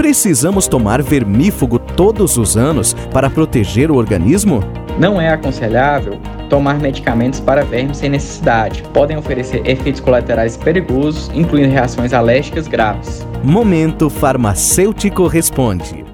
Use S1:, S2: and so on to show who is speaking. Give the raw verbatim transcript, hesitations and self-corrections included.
S1: Precisamos tomar vermífugo todos os anos para proteger o organismo?
S2: Não é aconselhável tomar medicamentos para vermes sem necessidade. Podem oferecer efeitos colaterais perigosos, incluindo reações alérgicas graves.
S1: Momento Farmacêutico Responde.